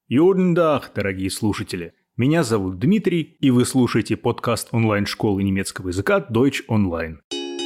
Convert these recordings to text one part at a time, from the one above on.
Guten Tag, дорогие слушатели! Меня зовут Дмитрий, и вы слушаете подкаст онлайн-школы немецкого языка Deutsch Online.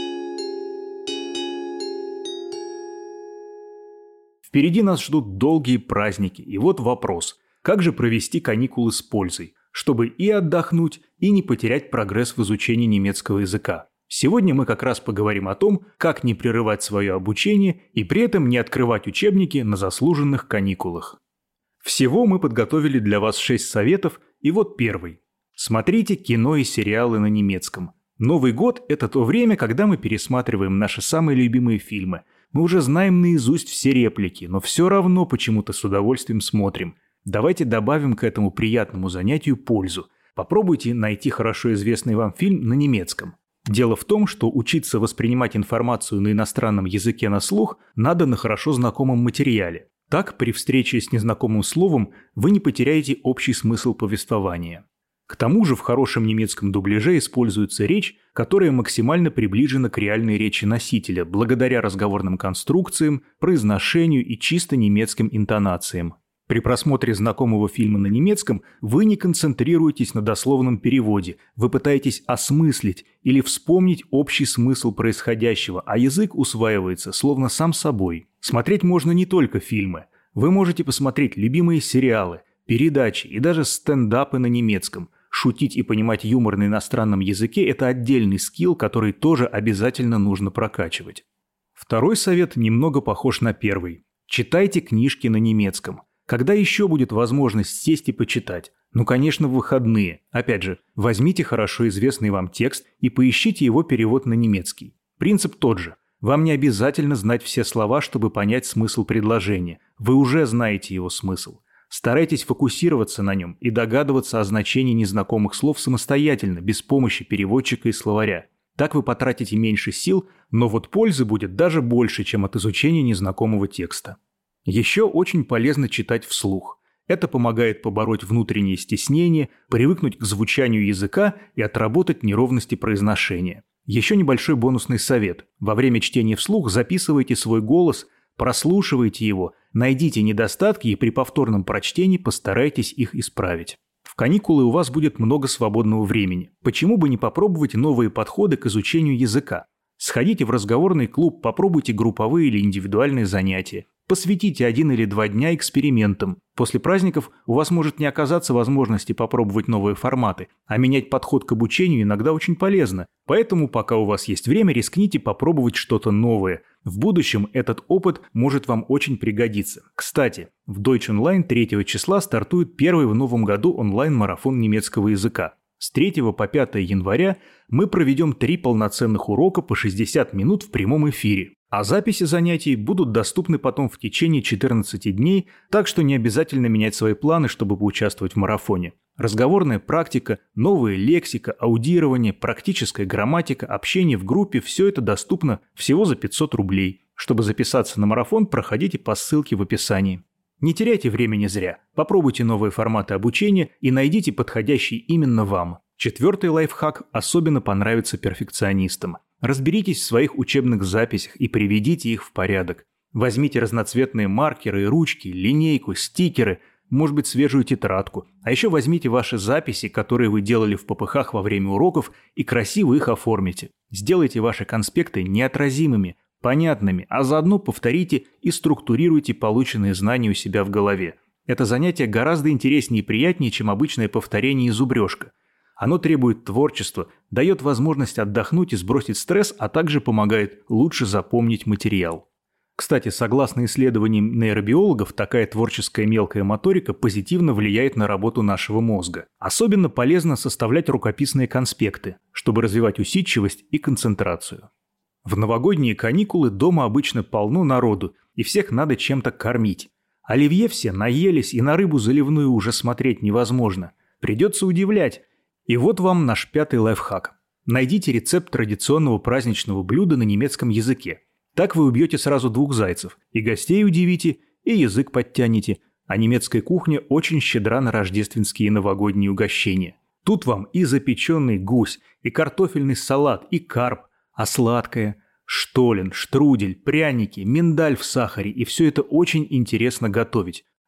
Впереди нас ждут долгие праздники, и вот вопрос: как же провести каникулы с пользой, чтобы и отдохнуть, и не потерять прогресс в изучении немецкого языка? Сегодня мы как раз поговорим о том, как не прерывать свое обучение и при этом не открывать учебники на заслуженных каникулах. Всего мы подготовили для вас 6 советов, и вот первый. Смотрите кино и сериалы на немецком. Новый год – это то время, когда мы пересматриваем наши самые любимые фильмы. Мы уже знаем наизусть все реплики, но все равно почему-то с удовольствием смотрим. Давайте добавим к этому приятному занятию пользу. Попробуйте найти хорошо известный вам фильм на немецком. Дело в том, что учиться воспринимать информацию на иностранном языке на слух надо на хорошо знакомом материале. Так, при встрече с незнакомым словом вы не потеряете общий смысл повествования. К тому же в хорошем немецком дубляже используется речь, которая максимально приближена к реальной речи носителя, благодаря разговорным конструкциям, произношению и чисто немецким интонациям. При просмотре знакомого фильма на немецком вы не концентрируетесь на дословном переводе, вы пытаетесь осмыслить или вспомнить общий смысл происходящего, а язык усваивается словно сам собой. Смотреть можно не только фильмы. Вы можете посмотреть любимые сериалы, передачи и даже стендапы на немецком. Шутить и понимать юмор на иностранном языке – это отдельный скилл, который тоже обязательно нужно прокачивать. Второй совет немного похож на первый. Читайте книжки на немецком. Когда еще будет возможность сесть и почитать? Ну, конечно, в выходные. Опять же, возьмите хорошо известный вам текст и поищите его перевод на немецкий. Принцип тот же. Вам не обязательно знать все слова, чтобы понять смысл предложения. Вы уже знаете его смысл. Старайтесь фокусироваться на нем и догадываться о значении незнакомых слов самостоятельно, без помощи переводчика и словаря. Так вы потратите меньше сил, но вот пользы будет даже больше, чем от изучения незнакомого текста. Еще очень полезно читать вслух. Это помогает побороть внутреннее стеснение, привыкнуть к звучанию языка и отработать неровности произношения. Еще небольшой бонусный совет. Во время чтения вслух записывайте свой голос, прослушивайте его, найдите недостатки и при повторном прочтении постарайтесь их исправить. В каникулы у вас будет много свободного времени. Почему бы не попробовать новые подходы к изучению языка? Сходите в разговорный клуб, попробуйте групповые или индивидуальные занятия. Посвятите 1 или 2 дня экспериментам. После праздников у вас может не оказаться возможности попробовать новые форматы, а менять подход к обучению иногда очень полезно. Поэтому, пока у вас есть время, рискните попробовать что-то новое. В будущем этот опыт может вам очень пригодиться. Кстати, в Deutsch Online 3 числа стартует первый в новом году онлайн-марафон немецкого языка. С 3 по 5 января мы проведем 3 полноценных урока по 60 минут в прямом эфире. А записи занятий будут доступны потом в течение 14 дней, так что не обязательно менять свои планы, чтобы поучаствовать в марафоне. Разговорная практика, новая лексика, аудирование, практическая грамматика, общение в группе – все это доступно всего за 500 рублей. Чтобы записаться на марафон, проходите по ссылке в описании. Не теряйте времени зря. Попробуйте новые форматы обучения и найдите подходящий именно вам. 4-й лайфхак особенно понравится перфекционистам. Разберитесь в своих учебных записях и приведите их в порядок. Возьмите разноцветные маркеры и ручки, линейку, стикеры, может быть, свежую тетрадку. А еще возьмите ваши записи, которые вы делали в ППХ во время уроков, и красиво их оформите. Сделайте ваши конспекты неотразимыми, понятными, а заодно повторите и структурируйте полученные знания у себя в голове. Это занятие гораздо интереснее и приятнее, чем обычное повторение и зубрежка. Оно требует творчества, дает возможность отдохнуть и сбросить стресс, а также помогает лучше запомнить материал. Кстати, согласно исследованиям нейробиологов, такая творческая мелкая моторика позитивно влияет на работу нашего мозга. Особенно полезно составлять рукописные конспекты, чтобы развивать усидчивость и концентрацию. В новогодние каникулы дома обычно полно народу, и всех надо чем-то кормить. Оливье все наелись, и на рыбу заливную уже смотреть невозможно. Придется удивлять. И вот вам наш 5-й лайфхак. Найдите рецепт традиционного праздничного блюда на немецком языке. Так вы убьете сразу 2 зайцев. И гостей удивите, и язык подтянете. А немецкая кухня очень щедра на рождественские и новогодние угощения. Тут вам и запеченный гусь, и картофельный салат, и карп. А сладкое – штолен, штрудель, пряники, миндаль в сахаре. И все это очень интересно готовить.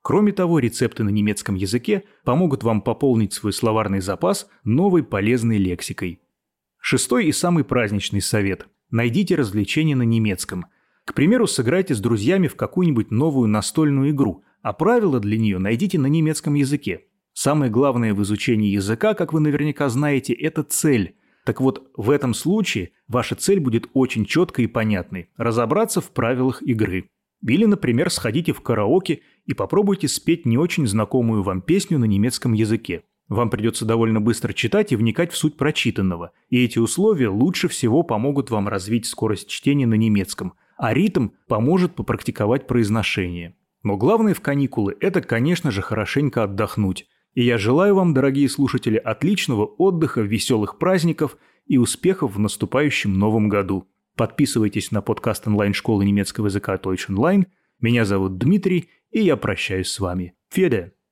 Кроме того, рецепты на немецком языке помогут вам пополнить свой словарный запас новой полезной лексикой. 6-й и самый праздничный совет. Найдите развлечения на немецком. К примеру, сыграйте с друзьями в какую-нибудь новую настольную игру, а правила для нее найдите на немецком языке. Самое главное в изучении языка, как вы наверняка знаете, это цель. Так вот, в этом случае ваша цель будет очень четкой и понятной – разобраться в правилах игры. Или, например, сходите в караоке и попробуйте спеть не очень знакомую вам песню на немецком языке. Вам придется довольно быстро читать и вникать в суть прочитанного, и эти условия лучше всего помогут вам развить скорость чтения на немецком, а ритм поможет попрактиковать произношение. Но главное в каникулы – это, конечно же, хорошенько отдохнуть. И я желаю вам, дорогие слушатели, отличного отдыха, веселых праздников и успехов в наступающем новом году. Подписывайтесь на подкаст онлайн-школы немецкого языка Deutsch Online. Меня зовут Дмитрий, и я прощаюсь с вами. Феде!